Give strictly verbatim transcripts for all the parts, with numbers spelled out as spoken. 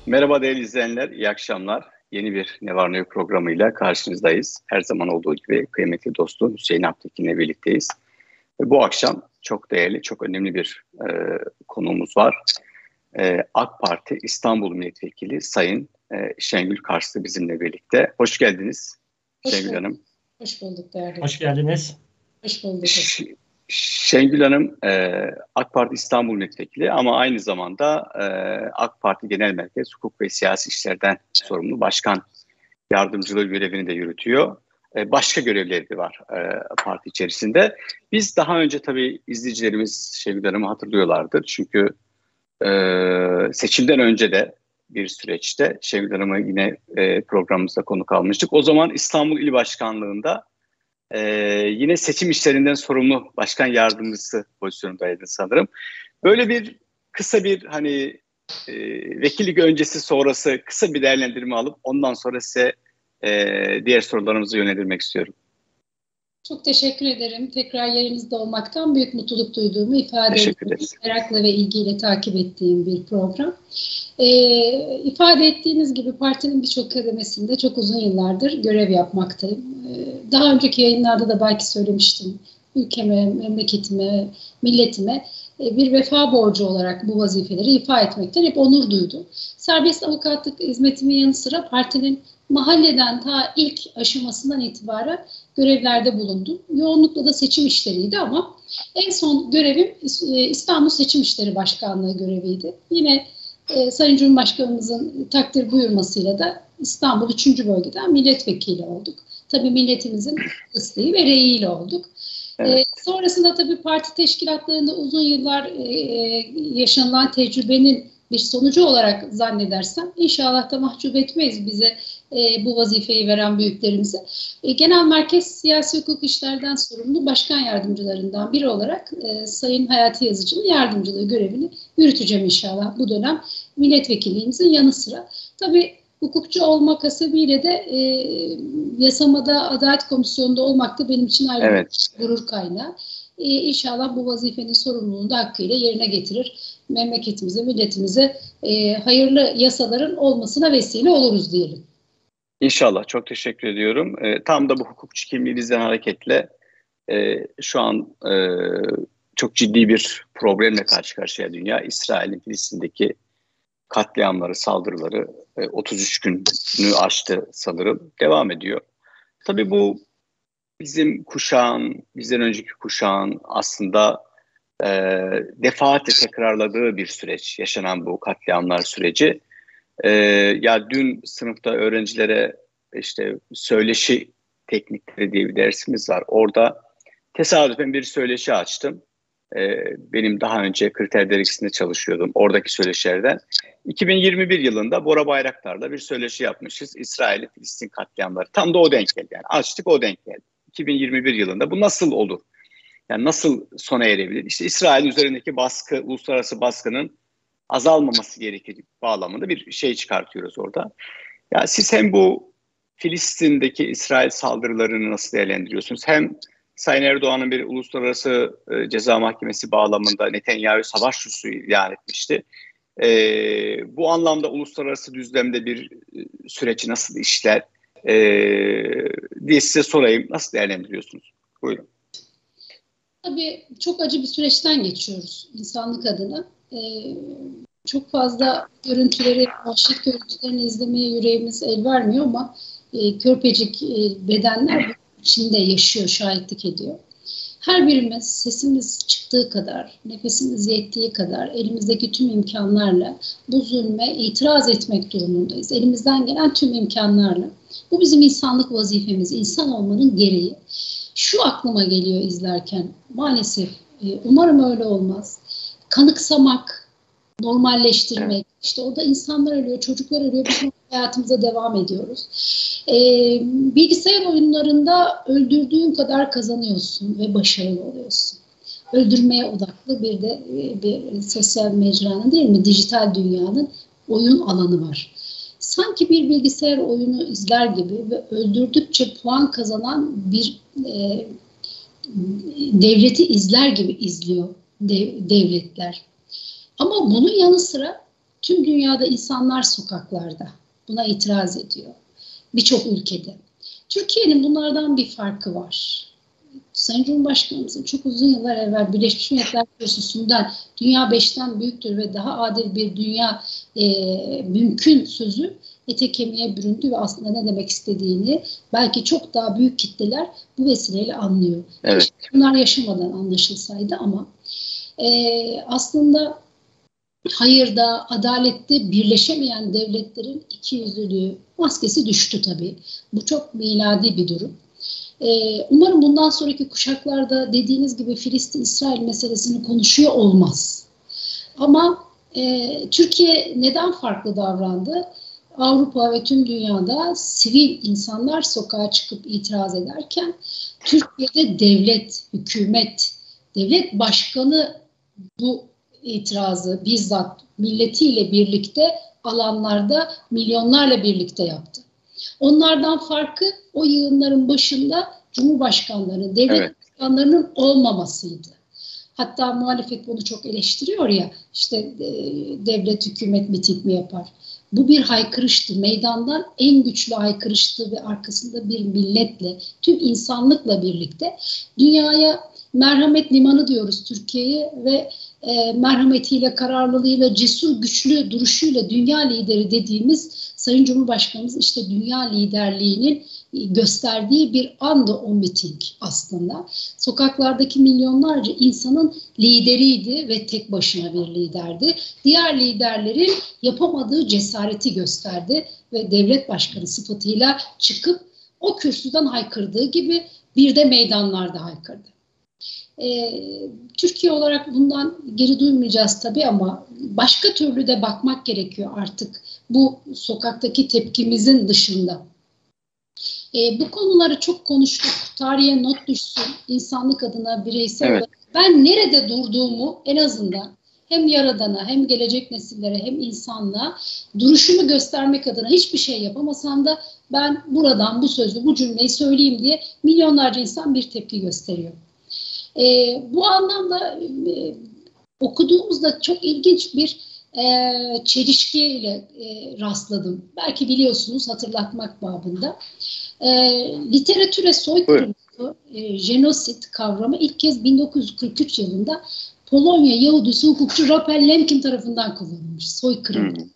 Merhaba değerli izleyenler, iyi akşamlar. Yeni bir Ne Var Ne Yok programıyla karşınızdayız. Her zaman olduğu gibi kıymetli dostum Hüseyin Aptekin'le birlikteyiz. Ve bu akşam çok değerli, çok önemli bir e, konuğumuz var. E, AK Parti İstanbul Milletvekili Sayın e, Şengül Karslı bizimle birlikte. Hoş geldiniz Hoş Şengül bulduk. Hanım. Hoş bulduk değerli. Hoş geldiniz. Hoş bulduk. Ş- Şengül Hanım e, AK Parti İstanbul Milletvekili ama aynı zamanda e, AK Parti Genel Merkez Hukuk ve Siyasi İşlerden sorumlu başkan yardımcılığı görevini de yürütüyor. E, başka görevleri de var e, parti içerisinde. Biz daha önce tabii izleyicilerimiz Şengül Hanım'ı hatırlıyorlardır. Çünkü e, seçimden önce de bir süreçte Şengül Hanım'ı yine e, programımızda konuk almıştık. O zaman İstanbul İl Başkanlığı'nda Ee, yine seçim işlerinden sorumlu başkan yardımcısı pozisyonundaydı sanırım. Böyle bir kısa bir hani e, vekillik öncesi sonrası kısa bir değerlendirme alıp ondan sonra size e, diğer sorularımızı yönlendirmek istiyorum. Çok teşekkür ederim. Tekrar yayınızda olmaktan büyük mutluluk duyduğumu ifade Teşekkür ediyorum. ederiz. Merakla ve ilgiyle takip ettiğim bir program. Ee, ifade ettiğiniz gibi partinin birçok kademesinde çok uzun yıllardır görev yapmaktayım. Ee, daha önceki yayınlarda da belki söylemiştim. Ülkeme, memleketime, milletime e, bir vefa borcu olarak bu vazifeleri ifa etmekten hep onur duydum. Serbest avukatlık hizmetimin yanı sıra partinin mahalleden ta ilk aşamasından itibaren görevlerde bulundum. Yoğunlukla da seçim işleriydi ama en son görevim İstanbul Seçim İşleri Başkanlığı göreviydi. Yine e, Sayın Cumhurbaşkanımızın takdir buyurmasıyla da İstanbul üçüncü bölgeden milletvekili olduk. Tabii milletimizin isteği ve reyiyle olduk. Evet. E, sonrasında tabii parti teşkilatlarında uzun yıllar e, yaşanılan tecrübenin bir sonucu olarak zannedersem inşallah da mahcup etmeyiz bize e, bu vazifeyi veren büyüklerimize. E, Genel Merkez Siyasi Hukuk İşlerden sorumlu başkan yardımcılarından biri olarak e, Sayın Hayati Yazıcı'nın yardımcılığı görevini yürüteceğim inşallah bu dönem milletvekilliğimizin yanı sıra. Tabii hukukçu olmak hasebiyle de e, yasamada Adalet Komisyonu'nda olmak da benim için ayrı evet. bir gurur kaynağı. E, inşallah bu vazifenin sorumluluğunu da hakkıyla yerine getirir. Memleketimize, milletimize e, hayırlı yasaların olmasına vesile oluruz diyelim. İnşallah. Çok teşekkür ediyorum. E, tam da bu hukukçu kimliğinizden hareketle e, şu an e, çok ciddi bir problemle karşı karşıya dünya. İsrail'in Filistin'deki katliamları, saldırıları e, otuz üç günü aştı sanırım. Devam ediyor. Tabii bu bizim kuşağın, bizden önceki kuşağın aslında e, defaatle tekrarladığı bir süreç. Yaşanan bu katliamlar süreci. E, ya dün sınıfta öğrencilere işte söyleşi teknikleri diye bir dersimiz var. Orada tesadüfen bir söyleşi açtım. E, benim daha önce Kriter Dergisi'nde çalışıyordum. Oradaki söyleşilerden. iki bin yirmi bir yılında Bora Bayraktar'la bir söyleşi yapmışız. İsrail Filistin katliamları. Tam da o denk geldi. Yani açtık o denk geldi. iki bin yirmi bir yılında bu nasıl olur? Yani nasıl sona erebilir? İşte İsrail üzerindeki baskı, uluslararası baskının azalmaması gerekir bağlamında bir şey çıkartıyoruz orada. Ya siz hem bu Filistin'deki İsrail saldırılarını nasıl değerlendiriyorsunuz? Hem Sayın Erdoğan'ın bir uluslararası e, ceza mahkemesi bağlamında Netanyahu savaş suçu ilan etmişti. E, bu anlamda uluslararası düzlemde bir e, süreci nasıl işler e, diye size sorayım. Nasıl değerlendiriyorsunuz? Buyurun. Tabii çok acı bir süreçten geçiyoruz insanlık adına. Ee, çok fazla görüntüleri, vahşet görüntülerini izlemeye yüreğimiz el vermiyor ama e, körpecik e, bedenler içinde yaşıyor, şahitlik ediyor. Her birimiz sesimiz çıktığı kadar, nefesimiz yettiği kadar elimizdeki tüm imkanlarla bu zulme itiraz etmek durumundayız. Elimizden gelen tüm imkanlarla. Bu bizim insanlık vazifemiz, insan olmanın gereği. Şu aklıma geliyor izlerken, maalesef e, umarım öyle olmaz. Kanıksamak, normalleştirmek, işte orada insanlar ölüyor, çocuklar ölüyor, biz hayatımıza devam ediyoruz. E, bilgisayar oyunlarında öldürdüğün kadar kazanıyorsun ve başarılı oluyorsun. Öldürmeye odaklı bir de e, bir sosyal mecranın değil mi, dijital dünyanın oyun alanı var. Sanki bir bilgisayar oyunu izler gibi ve öldürdükçe puan kazanan bir e, devleti izler gibi izliyor dev, devletler. Ama bunun yanı sıra Tüm dünyada insanlar sokaklarda. Buna itiraz ediyor. Birçok ülkede. Türkiye'nin bunlardan bir farkı var. Sayın Cumhurbaşkanımızın çok uzun yıllar evvel Birleşmiş Milletler Kürsüsü'nden dünya beşten büyüktür ve daha adil bir dünya e, mümkün sözü ete kemiğe büründü ve aslında ne demek istediğini belki çok daha büyük kitleler bu vesileyle anlıyor. Evet. Keşke bunlar yaşamadan anlaşılsaydı ama e, aslında hayırda, adalette birleşemeyen devletlerin ikiyüzlülüğü maskesi düştü tabii. Bu çok miladi bir durum. Ee, umarım bundan sonraki kuşaklarda dediğiniz gibi Filistin-İsrail meselesini konuşuyor olmaz. Ama e, Türkiye neden farklı davrandı? Avrupa ve tüm dünyada sivil insanlar sokağa çıkıp itiraz ederken Türkiye'de devlet, hükümet, devlet başkanı bu itirazı bizzat milletiyle birlikte alanlarda milyonlarla birlikte yaptı. Onlardan farkı o yığınların başında Cumhurbaşkanlarının, devlet evet. başkanlarının olmamasıydı. Hatta muhalefet bunu çok eleştiriyor ya, işte e, devlet, hükümet miting mi yapar? Bu bir haykırıştı. Meydandan en güçlü haykırıştı ve arkasında bir milletle, tüm insanlıkla birlikte dünyaya merhamet limanı diyoruz Türkiye'ye ve e, merhametiyle, kararlılığıyla, cesur, güçlü duruşuyla dünya lideri dediğimiz Sayın Cumhurbaşkanımız işte dünya liderliğinin gösterdiği bir andı o miting aslında. Sokaklardaki milyonlarca insanın lideriydi ve tek başına bir liderdi. Diğer liderlerin yapamadığı cesareti gösterdi ve devlet başkanı sıfatıyla çıkıp o kürsüden haykırdığı gibi bir de meydanlarda haykırdı. Ee, Türkiye olarak bundan geri duymayacağız tabii ama başka türlü de bakmak gerekiyor artık bu sokaktaki tepkimizin dışında. Ee, bu konuları çok konuştuk. Tarihe not düşsün. İnsanlık adına bireysel evet. olarak ben nerede durduğumu en azından hem Yaradan'a hem gelecek nesillere hem insanlığa duruşumu göstermek adına hiçbir şey yapamasam da ben buradan bu sözü, bu cümleyi söyleyeyim diye milyonlarca insan bir tepki gösteriyor. Ee, bu anlamda e, okuduğumuzda çok ilginç bir e, çelişkiyle e, rastladım. Belki biliyorsunuz, hatırlatmak babında. E, literatüre soykırım, e, jenosit kavramı ilk kez bin dokuz yüz kırk üç yılında Polonya Yahudisi hukukçu Raphael Lemkin tarafından kullanılmış. Soykırım. Hmm.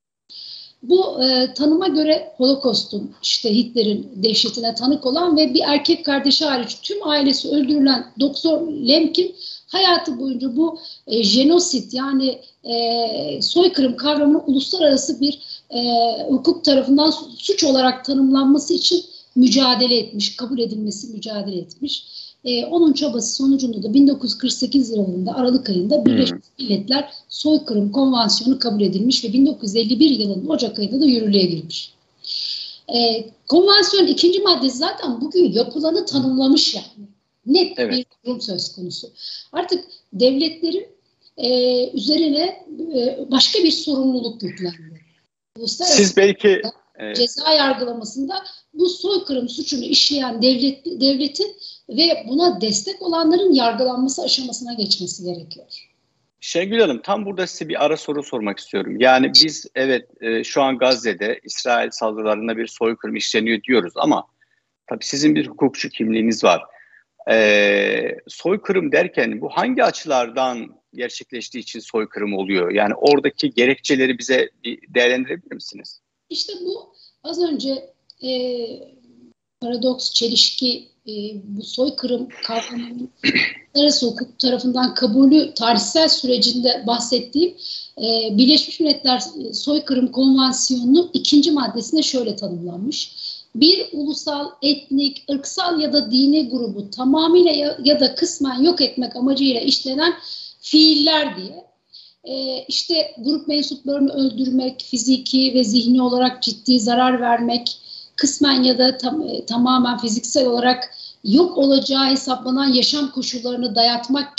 Bu e, tanıma göre Holocaust'un, işte Hitler'in dehşetine tanık olan ve bir erkek kardeşi hariç tüm ailesi öldürülen Doktor Lemkin hayatı boyunca bu e, jenosit yani e, soykırım kavramının uluslararası bir e, hukuk tarafından suç olarak tanımlanması için mücadele etmiş, kabul edilmesi mücadele etmiş. E, onun çabası sonucunda da bin dokuz yüz kırk sekiz yılında Aralık ayında Birleşmiş hmm. Milletler Soykırım Konvansiyonu kabul edilmiş ve bin dokuz yüz elli bir yılının Ocak ayında da yürürlüğe girmiş. E, konvansiyon ikinci maddesi zaten bugün yapılanı tanımlamış yani. Net evet. bir durum söz konusu. Artık devletlerin e, üzerine e, başka bir sorumluluk yüklendi. Siz belki evet. ceza yargılamasında bu soykırım suçunu işleyen devlet, devletin ve buna destek olanların yargılanması aşamasına geçmesi gerekiyor. Şengül Hanım, tam burada size bir ara soru sormak istiyorum. Yani biz evet e, şu an Gazze'de İsrail saldırılarında bir soykırım işleniyor diyoruz ama tabii sizin bir hukukçu kimliğiniz var. E, soykırım derken bu hangi açılardan gerçekleştiği için soykırım oluyor? Yani oradaki gerekçeleri bize bir değerlendirebilir misiniz? İşte bu az önce e, paradoks, çelişki, e, bu soykırım kavramının uluslararası hukuk tarafından kabulü tarihsel sürecinde bahsettiğim e, Birleşmiş Milletler Soykırım Konvansiyonu'nun ikinci maddesinde şöyle tanımlanmış. Bir ulusal, etnik, ırksal ya da dini grubu tamamıyla ya, ya da kısmen yok etmek amacıyla işlenen fiiller diye. Ee, işte grup mensuplarını öldürmek, fiziki ve zihni olarak ciddi zarar vermek, kısmen ya da tam, e, tamamen fiziksel olarak yok olacağı hesaplanan yaşam koşullarını dayatmak ki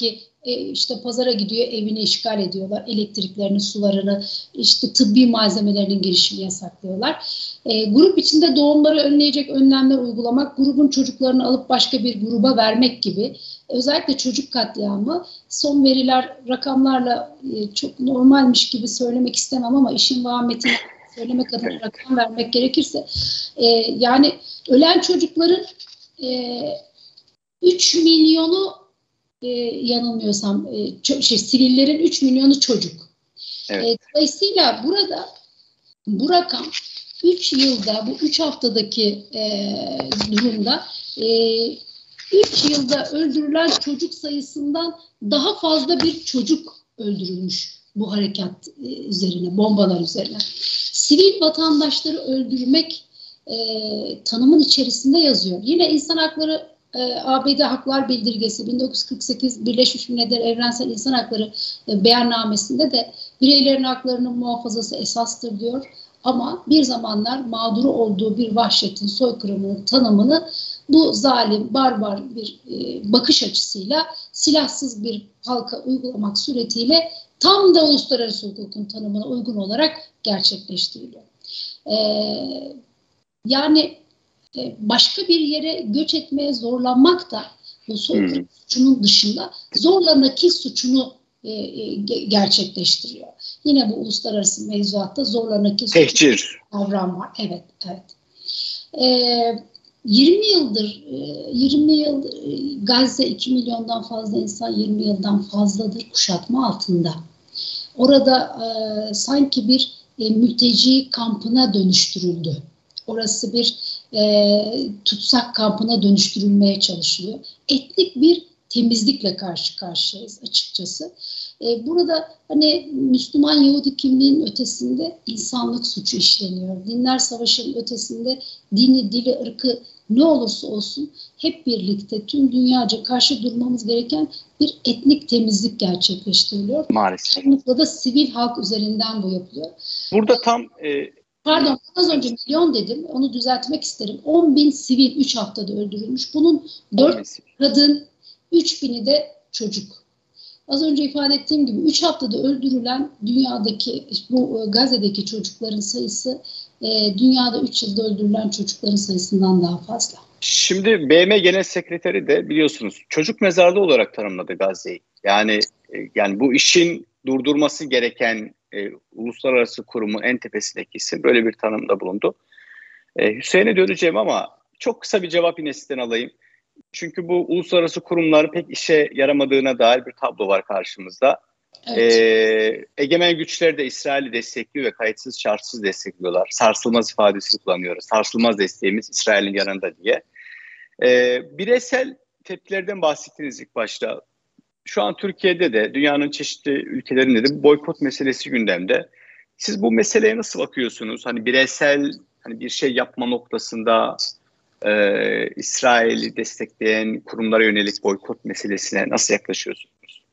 E, işte pazara gidiyor, evini işgal ediyorlar, elektriklerini, sularını, işte tıbbi malzemelerinin girişini yasaklıyorlar. E, grup içinde doğumları önleyecek önlemler uygulamak, grubun çocuklarını alıp başka bir gruba vermek gibi, özellikle çocuk katliamı, son veriler rakamlarla e, çok normalmiş gibi söylemek istemem ama işin vahametini söylemek adına rakam vermek gerekirse, e, yani ölen çocukların e, üç milyonu e, yanılmıyorsam e, şey, sivillerin üç milyonu çocuk. Evet. E, dolayısıyla burada bu rakam üç yılda, bu üç haftadaki e, durumda e, üç yılda öldürülen çocuk sayısından daha fazla bir çocuk öldürülmüş bu harekat e, üzerine, bombalar üzerine. Sivil vatandaşları öldürmek e, tanımın içerisinde yazıyor. Yine insan hakları e, A B D Haklar Bildirgesi bin dokuz yüz kırk sekiz Birleşmiş Milletler Evrensel İnsan Hakları e, beyannamesinde de bireylerin haklarının muhafazası esastır diyor. Ama bir zamanlar mağduru olduğu bir vahşetin, soykırımının tanımını bu zalim, barbar bir e, bakış açısıyla silahsız bir halka uygulamak suretiyle tam da uluslararası hukukun tanımına uygun olarak gerçekleştiriliyor. E, yani e, başka bir yere göç etmeye zorlanmak da bu soykırım hmm. suçunun dışında zorla nakil suçunu e, e, gerçekleştiriyor. Yine bu uluslararası mevzuatta zorla nakil suçu kavram var. Evet, evet. E, yirmi yıldır, yirmi yıl Gazze iki milyondan fazla insan yirmi yıldan fazladır kuşatma altında. Orada e, sanki bir e, mülteci kampına dönüştürüldü. Orası bir e, tutsak kampına dönüştürülmeye çalışılıyor. Etnik bir temizlikle karşı karşıyayız açıkçası. E, burada hani Müslüman Yahudi kimliğinin ötesinde insanlık suçu işleniyor. Dinler savaşının ötesinde dini, dili, ırkı ne olursa olsun hep birlikte tüm dünyaca karşı durmamız gereken bir etnik temizlik gerçekleştiriliyor. Maalesef. Çoğunlukla da sivil halk üzerinden bu yapılıyor. Burada tam... E... Pardon, az önce milyon dedim, onu düzeltmek isterim. on bin sivil üç haftada öldürülmüş. Bunun dört kadın, üç bini de çocuk. Az önce ifade ettiğim gibi üç haftada öldürülen dünyadaki, bu Gazze'deki çocukların sayısı e, dünyada üç yılda öldürülen çocukların sayısından daha fazla. Şimdi B M Genel Sekreteri de biliyorsunuz çocuk mezarlığı olarak tanımladı Gazze'yi. Yani e, yani bu işin durdurması gereken e, uluslararası kurumun en tepesindeki isim böyle bir tanımda bulundu. E, Hüseyin'e döneceğim ama çok kısa bir cevap yine sizden alayım. Çünkü bu uluslararası kurumların pek işe yaramadığına dair bir tablo var karşımızda. Evet. Ee, egemen güçler de İsrail'i destekliyor ve kayıtsız şartsız destekliyorlar. Sarsılmaz ifadesini kullanıyoruz. Sarsılmaz desteğimiz İsrail'in yanında diye. Ee, bireysel tepkilerden bahsettiniz ilk başta. Şu an Türkiye'de de dünyanın çeşitli ülkelerinde de boykot meselesi gündemde. Siz bu meseleye nasıl bakıyorsunuz? Hani bireysel hani bir şey yapma noktasında Ee, İsrail'i destekleyen kurumlara yönelik boykot meselesine nasıl yaklaşıyorsunuz?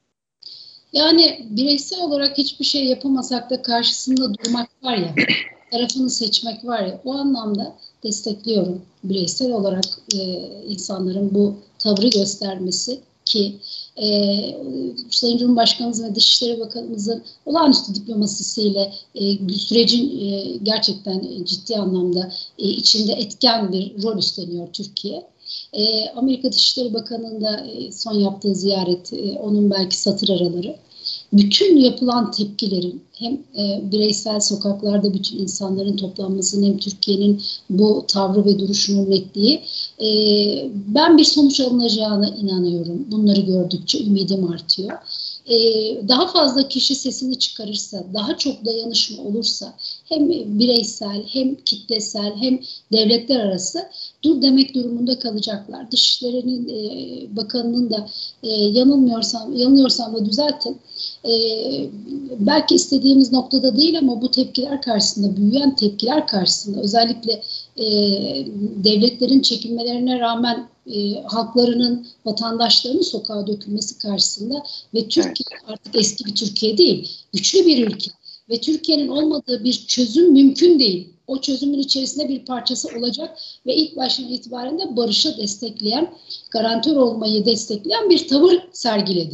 Yani bireysel olarak hiçbir şey yapamasak da karşısında durmak var ya, tarafını seçmek var ya, o anlamda destekliyorum. Bireysel olarak e, insanların bu tavrı göstermesi ki e, Sayın Cumhurbaşkanımızın ve Dışişleri Bakanımızın olağanüstü diplomasisiyle e, sürecin e, gerçekten ciddi anlamda e, içinde etken bir rol üstleniyor Türkiye. E, Amerika Dışişleri Bakanı'nın da e, son yaptığı ziyaret, e, onun belki satır araları. Bütün yapılan tepkilerin hem e, bireysel sokaklarda bütün insanların toplanmasının hem Türkiye'nin bu tavrı ve duruşunun netliği, e, ben bir sonuç alınacağına inanıyorum. Bunları gördükçe ümidim artıyor. E, daha fazla kişi sesini çıkarırsa, daha çok dayanışma olursa hem bireysel hem kitlesel hem devletler arası dur demek durumunda kalacaklar. Dışişleri'nin e, bakanının da e, yanılmıyorsam, yanılıyorsam da düzeltin. E, belki istediğimiz noktada değil ama bu tepkiler karşısında, büyüyen tepkiler karşısında özellikle e, devletlerin çekinmelerine rağmen e, halklarının, vatandaşlarının sokağa dökülmesi karşısında ve Türkiye artık eski bir Türkiye değil, güçlü bir ülke ve Türkiye'nin olmadığı bir çözüm mümkün değil. O çözümün içerisinde bir parçası olacak ve ilk baştan itibaren de barışı destekleyen, garantör olmayı destekleyen bir tavır sergiledi.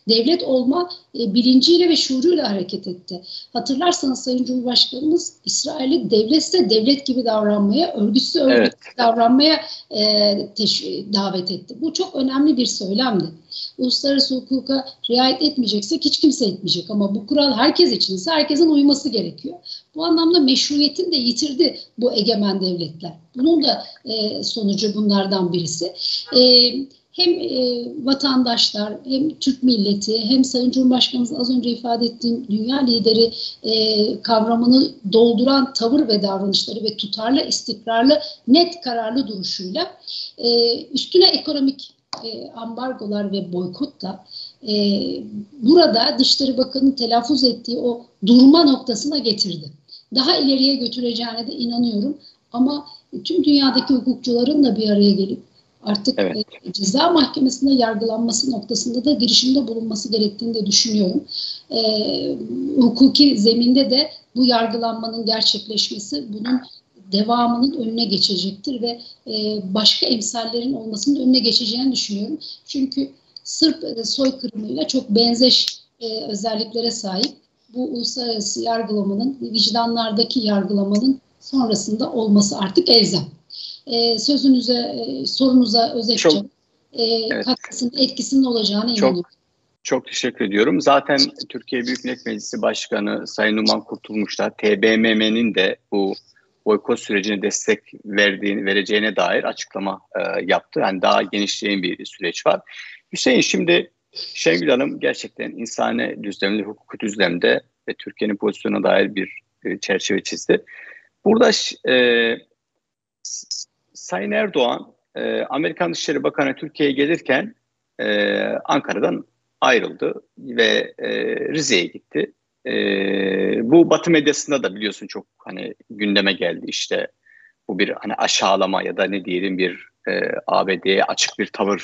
devlet olma e, bilinciyle ve şuuruyla hareket etti. Hatırlarsanız Sayın Cumhurbaşkanımız İsrail'i devletse devlet gibi davranmaya, örgütsüz örgüt evet. davranmaya e, teş- davet etti. Bu çok önemli bir söylemdi. Uluslararası hukuka riayet etmeyeceksek hiç kimse etmeyecek ama bu kural herkes içinse herkesin uyması gerekiyor. Bu anlamda meşruiyetini de yitirdi bu egemen devletler. Bunun da e, sonucu bunlardan birisi. E, hem e, vatandaşlar, hem Türk milleti, hem Sayın Cumhurbaşkanımız az önce ifade ettiğim dünya lideri e, kavramını dolduran tavır ve davranışları ve tutarlı, istikrarlı, net kararlı duruşuyla e, üstüne ekonomik e, ambargolar ve boykotla e, burada Dışişleri Bakanı'nın telaffuz ettiği o durma noktasına getirdi. Daha ileriye götüreceğine de inanıyorum ama tüm dünyadaki hukukçuların da bir araya gelip artık evet. e, ceza mahkemesinde yargılanması noktasında da girişimde bulunması gerektiğini de düşünüyorum. E, hukuki zeminde de bu yargılanmanın gerçekleşmesi bunun devamının önüne geçecektir ve e, başka emsallerin olmasının önüne geçeceğini düşünüyorum. Çünkü Sırp e, soykırımıyla çok benzeş e, özelliklere sahip bu uluslararası yargılamanın, vicdanlardaki yargılamanın sonrasında olması artık elzem. Ee, sözünüze, e, sorunuza özetçe e, evet. katkısının, etkisinin olacağına çok, inanıyorum. Çok teşekkür ediyorum. Zaten Türkiye Büyük Millet Meclisi Başkanı Sayın Numan Kurtulmuş da T B M M'nin de bu boykot sürecine destek verdiğini, vereceğine dair açıklama e, yaptı. Yani daha genişleyen bir süreç var. Hüseyin, şimdi Şengül Hanım gerçekten insani düzlemde, hukuki düzlemde ve Türkiye'nin pozisyonuna dair bir e, çerçeve çizdi. Burada e, Sayın Erdoğan, e, Amerikan Dışişleri Bakanı Türkiye'ye gelirken e, Ankara'dan ayrıldı ve e, Rize'ye gitti. E, bu Batı medyasında da biliyorsun çok hani gündeme geldi, işte bu bir hani aşağılama ya da ne diyelim bir e, A B D'ye açık bir tavır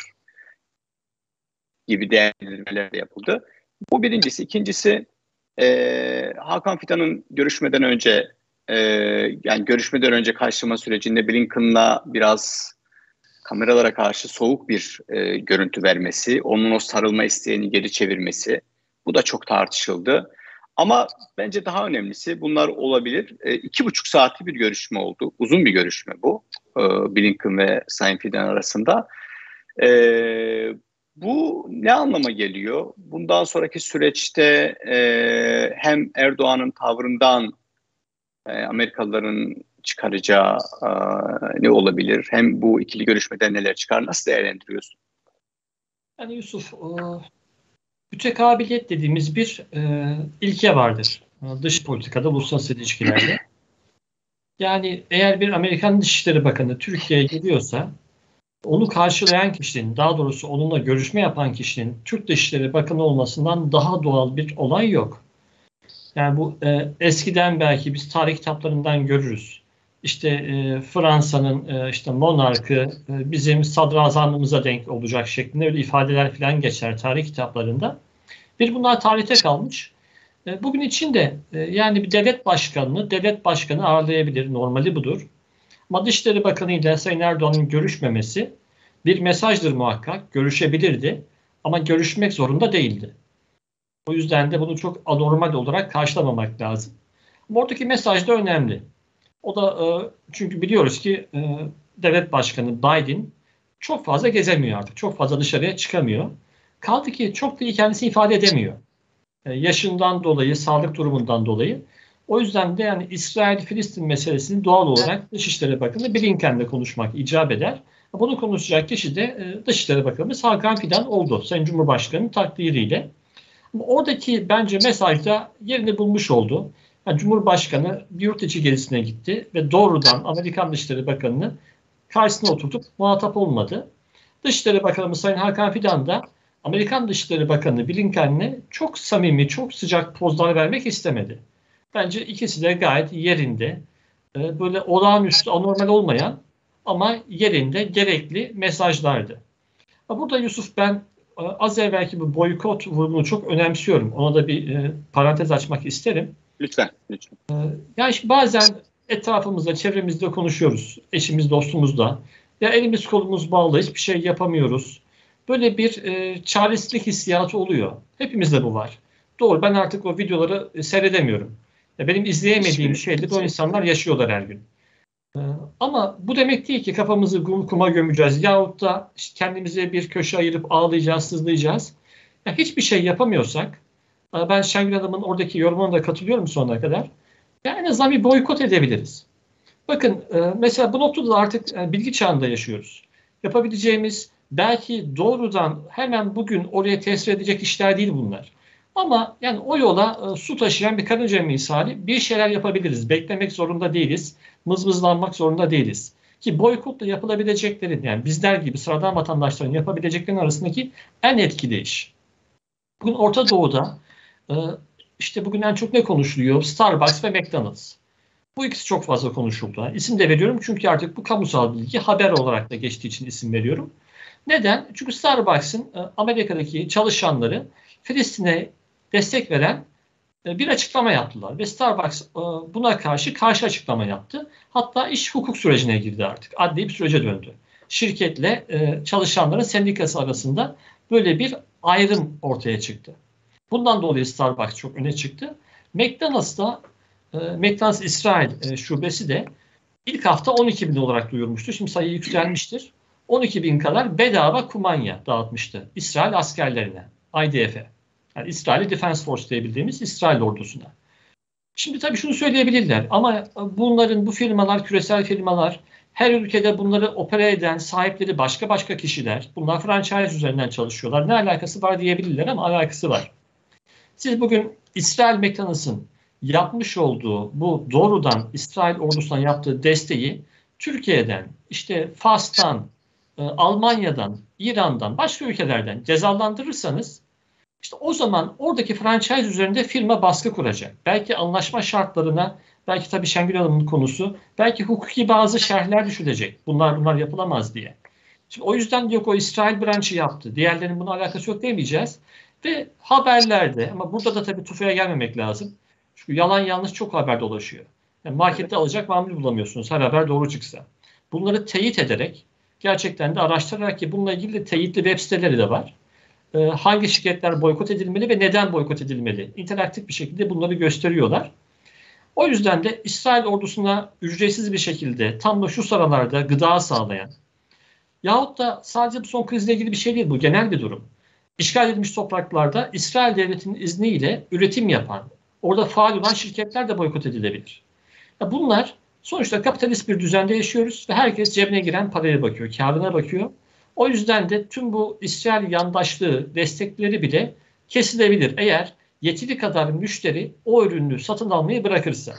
gibi değerlendirmeler de yapıldı. Bu birincisi. İkincisi e, Hakan Fidan'ın görüşmeden önce e, yani görüşmeden önce karşılama sürecinde Blinken'la biraz kameralara karşı soğuk bir e, görüntü vermesi, onun o sarılma isteğini geri çevirmesi, bu da çok tartışıldı. Ama bence daha önemlisi bunlar olabilir. E, iki buçuk saatli bir görüşme oldu. Uzun bir görüşme bu. E, Blinken ve Sayın Fidan arasında. E, bu ne anlama geliyor? Bundan sonraki süreçte e, hem Erdoğan'ın tavrından e, Amerikalıların çıkaracağı e, ne olabilir? Hem bu ikili görüşmeden neler çıkar? Nasıl değerlendiriyorsun? Yani Yusuf, e, mütekabiliyet dediğimiz bir e, ilke vardır. Dış politikada, uluslararası ilişkilerde. Yani eğer bir Amerikan Dışişleri Bakanı Türkiye'ye geliyorsa, onu karşılayan kişinin, daha doğrusu onunla görüşme yapan kişinin Türk Dışişleri Bakanı olmasından daha doğal bir olay yok. Yani bu e, eskiden belki biz tarih kitaplarından görürüz. İşte e, Fransa'nın e, işte monarkı e, bizim sadrazamımıza denk olacak şeklinde öyle ifadeler falan geçer tarih kitaplarında. Bir bunlar tarihte kalmış. E, bugün için de e, yani bir devlet başkanını devlet başkanı ağırlayabilir. Normali budur. Ama Dışişleri Bakanı ile Sayın Erdoğan'ın görüşmemesi bir mesajdır muhakkak. Görüşebilirdi ama görüşmek zorunda değildi. O yüzden de bunu çok anormal olarak karşılamamak lazım. Ama oradaki mesaj da önemli. O da e, çünkü biliyoruz ki e, devlet başkanı Biden çok fazla gezemiyor artık. Çok fazla dışarıya çıkamıyor. Kaldı ki çok da iyi kendisi ifade edemiyor. E, yaşından dolayı, sağlık durumundan dolayı. O yüzden de yani İsrail-Filistin meselesini doğal olarak Dışişleri Bakanı Blinken'le konuşmak icap eder. Bunu konuşacak kişi de e, Dışişleri Bakanımız Hakan Fidan oldu. Sayın Cumhurbaşkanı'nın takdiriyle. Ama oradaki bence mesaj da yerini bulmuş oldu. Yani Cumhurbaşkanı bir yurt içi gezisine gitti ve doğrudan Amerikan Dışişleri Bakanı'nı karşısına oturtup muhatap olmadı. Dışişleri Bakanımız Sayın Hakan Fidan da Amerikan Dışişleri Bakanı Blinken'le çok samimi, çok sıcak pozlar vermek istemedi. Bence ikisi de gayet yerinde, böyle olağanüstü, anormal olmayan ama yerinde gerekli mesajlardı. Burada Yusuf, ben az evvelki bu boykot vurgunu çok önemsiyorum. Ona da bir e, parantez açmak isterim. Lütfen, lütfen. E, yani işte bazen etrafımızda, çevremizde konuşuyoruz. Eşimiz, dostumuzla. Ya elimiz kolumuz bağlı, hiçbir şey yapamıyoruz. böyle bir e, çaresizlik hissiyatı oluyor. Hepimizde bu var. Doğru, ben artık o videoları e, seyredemiyorum. Ya benim izleyemediğim şeyleri o insanlar yaşıyorlar her gün. E, ama bu demek değil ki kafamızı kum, kuma gömeceğiz yahut da işte kendimize bir köşe ayırıp ağlayacağız, sızlayacağız. Ya hiçbir şey yapamıyorsak, e, ben Şengül Hanım'ın oradaki yorumuna da katılıyorum sonuna kadar. Ya en azından bir boykot edebiliriz. Bakın e, mesela bu noktada da artık e, bilgi çağında yaşıyoruz. Yapabileceğimiz belki doğrudan hemen bugün oraya tesir edecek işler değil bunlar. Ama yani o yola e, su taşıyan bir karınca misali bir şeyler yapabiliriz. Beklemek zorunda değiliz. Mızmızlanmak zorunda değiliz. Ki boykotla yapılabileceklerin, yani bizler gibi sıradan vatandaşların yapabileceklerinin arasındaki en etkili iş. Bugün Orta Doğu'da e, işte bugün en çok ne konuşuluyor? Starbucks ve McDonald's. Bu ikisi çok fazla konuşuldu. İsim de veriyorum çünkü artık bu kamusal bilgi, haber olarak da geçtiği için isim veriyorum. Neden? Çünkü Starbucks'ın e, Amerika'daki çalışanları Filistin'e destek veren e, bir açıklama yaptılar. Ve Starbucks e, buna karşı karşı açıklama yaptı. Hatta iş hukuk sürecine girdi artık. Adli bir sürece döndü. Şirketle e, çalışanların sendikası arasında böyle bir ayrım ortaya çıktı. Bundan dolayı Starbucks çok öne çıktı. McDonald's'da e, McDonald's İsrail e, şubesi de ilk hafta on iki bin olarak duyurmuştu. Şimdi sayı yükselmiştir. on iki bin kadar bedava kumanya dağıtmıştı İsrail askerlerine, I D F'e. Yani İsrail Defense Force diye bildiğimiz İsrail ordusuna. Şimdi tabii şunu söyleyebilirler ama bunların, bu firmalar küresel firmalar, her ülkede bunları opere eden sahipleri başka başka kişiler. Bunlar franchise üzerinden çalışıyorlar. Ne alakası var diyebilirler ama alakası var. Siz bugün İsrail McDonald's'ın yapmış olduğu bu doğrudan İsrail ordusuna yaptığı desteği Türkiye'den, işte Fas'tan, e, Almanya'dan, İran'dan, başka ülkelerden cezalandırırsanız işte o zaman oradaki franchise üzerinde firma baskı kuracak. Belki anlaşma şartlarına, belki tabii Şengül Hanım'ın konusu, belki hukuki bazı şerhler düşülecek. Bunlar bunlar yapılamaz diye. Şimdi o yüzden yok o İsrail branşı yaptı. Diğerlerinin buna alakası yok demeyeceğiz. Ve haberlerde, ama burada da tabii tufaya gelmemek lazım. Çünkü yalan yanlış çok haber dolaşıyor. Yani markette alacak mamul bulamıyorsunuz her haber doğru çıksa. Bunları teyit ederek, gerçekten de araştırarak, ki bununla ilgili de teyitli web siteleri de var. Ee, hangi şirketler boykot edilmeli ve neden boykot edilmeli? İnteraktif bir şekilde bunları gösteriyorlar. O yüzden de İsrail ordusuna ücretsiz bir şekilde tam da şu sıralarda gıda sağlayan, yahut da sadece bu son krizle ilgili bir şey değil, bu genel bir durum. İşgal edilmiş topraklarda İsrail devletinin izniyle üretim yapan, orada faal olan şirketler de boykot edilebilir. Ya bunlar sonuçta kapitalist bir düzende yaşıyoruz ve herkes cebine giren paraya bakıyor, kârına bakıyor. O yüzden de tüm bu İsrail yandaşlığı destekleri bile kesilebilir eğer yeteri kadar müşteri o ürünü satın almayı bırakırsa.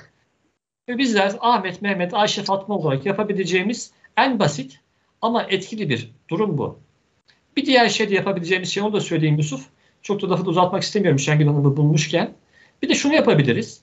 Ve bizler Ahmet, Mehmet, Ayşe, Fatma olarak yapabileceğimiz en basit ama etkili bir durum bu. Bir diğer şey de yapabileceğimiz şey, onu da söyleyeyim Yusuf. Çok da lafı da uzatmak istemiyorum Şengül Hanım'ı bulmuşken. Bir de şunu yapabiliriz.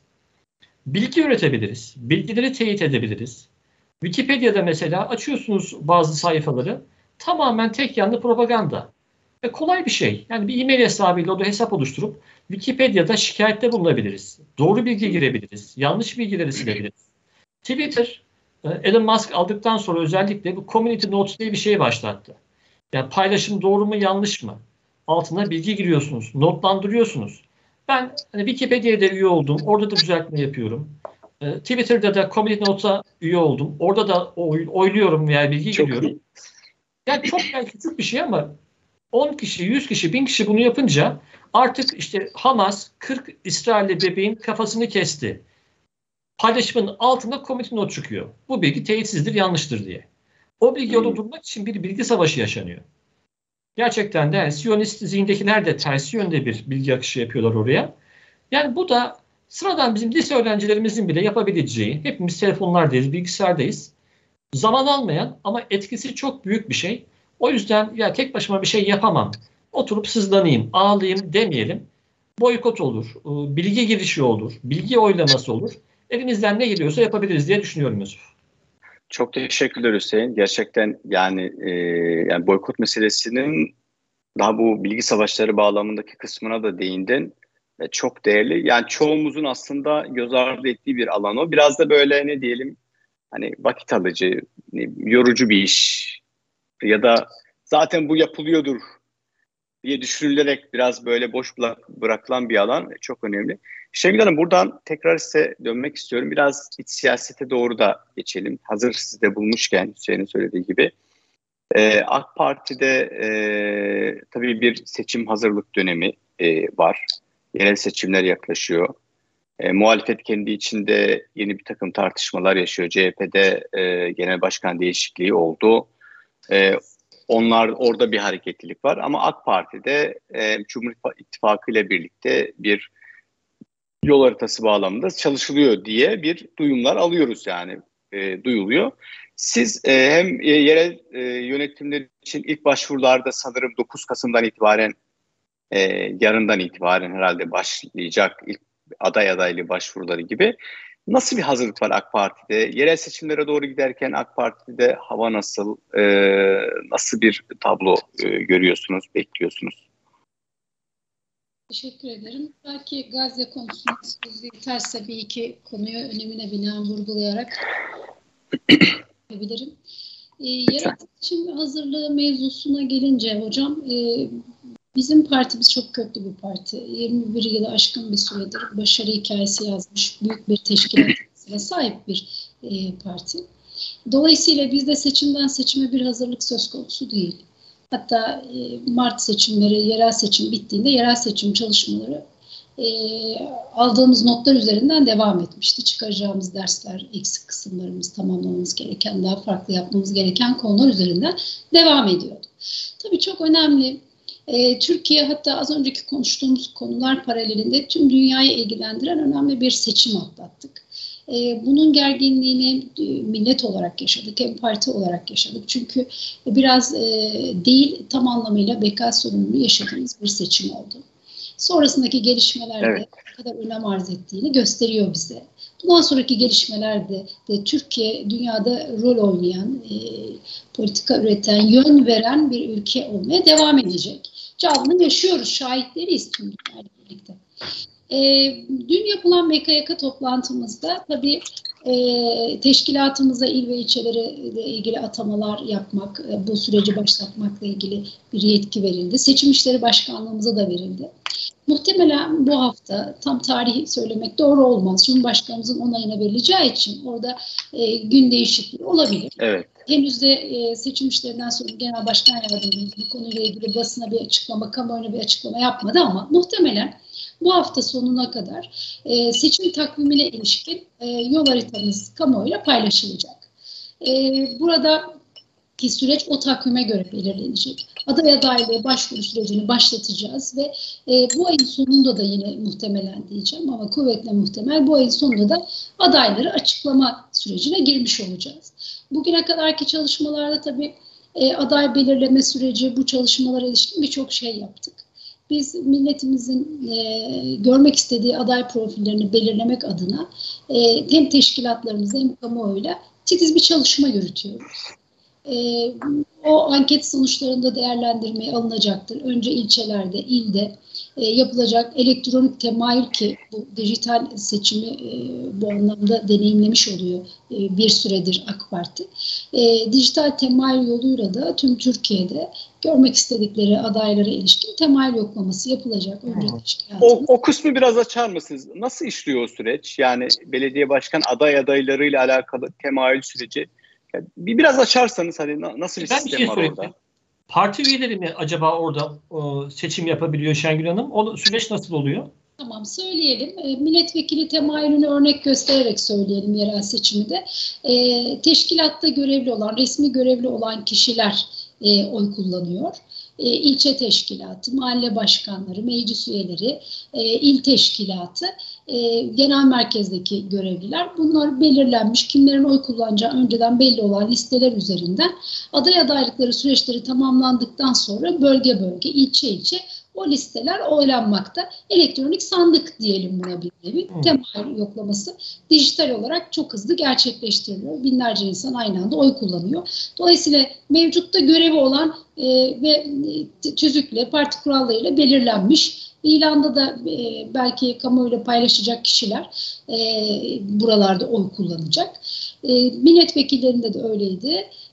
Bilgi üretebiliriz. Bilgileri teyit edebiliriz. Wikipedia'da mesela açıyorsunuz bazı sayfaları. Tamamen tek yanlı propaganda. Ve kolay bir şey. Yani bir e-mail hesabıyla o da hesap oluşturup Wikipedia'da şikayette bulunabiliriz. Doğru bilgi girebiliriz. Yanlış bilgileri silebiliriz. Twitter, Elon Musk aldıktan sonra özellikle bu Community Notes diye bir şey başlattı. Yani paylaşım doğru mu yanlış mı? Altına bilgi giriyorsunuz, notlandırıyorsunuz. Ben hani Wikipedia'da üye oldum, orada da düzeltme yapıyorum. Ee, Twitter'da da Community Notes'a üye oldum, orada da oy, oyluyorum veya bilgi çok giriyorum. Iyi. Yani çok belki küçük bir şey ama on kişi, yüz kişi, bin kişi bunu yapınca artık işte Hamas kırk İsrailli bebeğin kafasını kesti. Paylaşımın altında Community Note çıkıyor. Bu bilgi teyitsizdir, yanlıştır diye. O bilgiyi hmm. oturtmak için bir bilgi savaşı yaşanıyor. Gerçekten de yani, Siyonist zihindekiler de tersi yönde bir bilgi akışı yapıyorlar oraya. Yani bu da sıradan bizim lise öğrencilerimizin bile yapabileceği, hepimiz telefonlardayız, bilgisayardayız. Zaman almayan ama etkisi çok büyük bir şey. O yüzden ya tek başıma bir şey yapamam, oturup sızlanayım, ağlayayım demeyelim. Boykot olur, bilgi girişi olur, bilgi oylaması olur. Elimizden ne geliyorsa yapabiliriz diye düşünüyorum Yusuf. Çok teşekkürler Hüseyin. Gerçekten yani, e, yani boykot meselesinin daha bu bilgi savaşları bağlamındaki kısmına da değindin. E, çok değerli. Yani çoğumuzun aslında göz ardı ettiği bir alan o. Biraz da böyle ne diyelim, hani vakit alıcı, ne, yorucu bir iş ya da zaten bu yapılıyordur diye düşünülerek biraz böyle boş bırakılan bir alan, çok önemli. Şengül Hanım, buradan tekrar size dönmek istiyorum. Biraz iç siyasete doğru da geçelim. Hazır sizi de bulmuşken Hüseyin'in söylediği gibi. Ee, AK Parti'de e, tabii bir seçim hazırlık dönemi e, var. Yerel seçimler yaklaşıyor. E, muhalefet kendi içinde yeni bir takım tartışmalar yaşıyor. C H P'de e, genel başkan değişikliği oldu. E, onlar orada bir hareketlilik var. Ama AK Parti'de e, Cumhur İttifakı ile birlikte bir yol haritası bağlamında çalışılıyor diye bir duyumlar alıyoruz, yani e, duyuluyor. Siz e, hem e, yerel e, yönetimler için ilk başvurularda sanırım dokuz Kasım'dan itibaren, e, yarından itibaren herhalde başlayacak ilk aday adaylı başvuruları gibi. Nasıl bir hazırlık var AK Parti'de? Yerel seçimlere doğru giderken AK Parti'de hava nasıl? E, nasıl bir tablo e, görüyorsunuz, bekliyorsunuz? Teşekkür ederim. Belki Gazze konusunda söz yeterse bir iki konuyu önemine binaen vurgulayarak yapabilirim. E, yerel seçim hazırlığı mevzusuna gelince hocam, e, bizim partimiz çok köklü bir parti. yirmi bir yılı aşkın bir süredir başarı hikayesi yazmış büyük bir teşkilatına sahip bir e, parti. Dolayısıyla bizde seçimden seçime bir hazırlık söz konusu değil. Hatta e, Mart seçimleri, yerel seçim bittiğinde yerel seçim çalışmaları e, aldığımız notlar üzerinden devam etmişti. Çıkaracağımız dersler, eksik kısımlarımız, tamamlamamız gereken, daha farklı yapmamız gereken konular üzerinden devam ediyordu. Tabii çok önemli. E, Türkiye, hatta az önceki konuştuğumuz konular paralelinde tüm dünyayı ilgilendiren önemli bir seçim atlattık. E, bunun gerginliğini e, millet olarak yaşadık, hem parti olarak yaşadık. Çünkü biraz e, değil, tam anlamıyla beka sorununu yaşadığımız bir seçim oldu. Sonrasındaki gelişmeler de evet, ne kadar önem arz ettiğini gösteriyor bize. Bundan sonraki gelişmelerde de Türkiye dünyada rol oynayan, e, politika üreten, yön veren bir ülke olmaya devam edecek. Canlı yaşıyoruz, şahitleriyiz tüm dünyayla birlikte. E, dün yapılan M K Y K toplantımızda tabii e, teşkilatımıza il ve ilçelere ilgili atamalar yapmak, e, bu süreci başlatmakla ilgili bir yetki verildi. Seçim İşleri Başkanlığımıza da verildi. Muhtemelen bu hafta, tam tarihi söylemek doğru olmaz, Cumhurbaşkanımızın onayına verileceği için orada e, gün değişikliği olabilir. Evet. Henüz de e, seçim işlerinden sonra Genel Başkan Yardımcımız bu konuyla ilgili basına bir açıklama, kamuoyuna bir açıklama yapmadı ama muhtemelen bu hafta sonuna kadar e, seçim takvimine ilişkin e, yol haritamız kamuoyuyla paylaşılacak. E, buradaki süreç o takvime göre belirlenecek. Aday adaylığı başvuru sürecini başlatacağız ve e, bu ayın sonunda da yine muhtemelen diyeceğim ama kuvvetle muhtemel bu ayın sonunda da adayları açıklama sürecine girmiş olacağız. Bugüne kadarki çalışmalarda tabii e, aday belirleme süreci, bu çalışmalara ilişkin birçok şey yaptık. Biz milletimizin e, görmek istediği aday profillerini belirlemek adına e, hem teşkilatlarımızla hem kamuoyuyla titiz bir çalışma yürütüyoruz. E, o anket sonuçlarında değerlendirmeye alınacaktır. Önce ilçelerde, ilde e, yapılacak elektronik temayül, ki bu dijital seçimi e, bu anlamda deneyimlemiş oluyor e, bir süredir AK Parti. E, dijital temayül yoluyla da tüm Türkiye'de görmek istedikleri adaylara ilişkin temayül yoklaması yapılacak. Önce o, o kısmı biraz açar mısınız? Nasıl işliyor o süreç? Yani belediye başkan aday adaylarıyla alakalı temayül süreci. Yani bir biraz açarsanız, hani nasıl bir ben sistem bir şey var orada? Parti üyeleri mi acaba orada o, seçim yapabiliyor Şengül Hanım? O süreç nasıl oluyor? Tamam, söyleyelim. E, milletvekili temayülünü örnek göstererek söyleyelim yerel seçimi de. E, teşkilatta görevli olan, resmi görevli olan kişiler e, oy kullanıyor. E, ilçe teşkilatı, mahalle başkanları, meclis üyeleri, e, il teşkilatı, e, genel merkezdeki görevliler, bunlar belirlenmiş, kimlerin oy kullanacağı önceden belli olan listeler üzerinden aday adaylıkları süreçleri tamamlandıktan sonra bölge bölge, ilçe ilçe o listeler oylanmakta. Elektronik sandık diyelim buna bir nevi. Hmm. Temayül yoklaması dijital olarak çok hızlı gerçekleştiriliyor. Binlerce insan aynı anda oy kullanıyor. Dolayısıyla mevcutta görevi olan e, ve e, tüzükle, parti kurallarıyla belirlenmiş. İlanda da e, belki kamuoyuyla paylaşacak kişiler e, buralarda oy kullanacak. E, milletvekillerinde de öyleydi.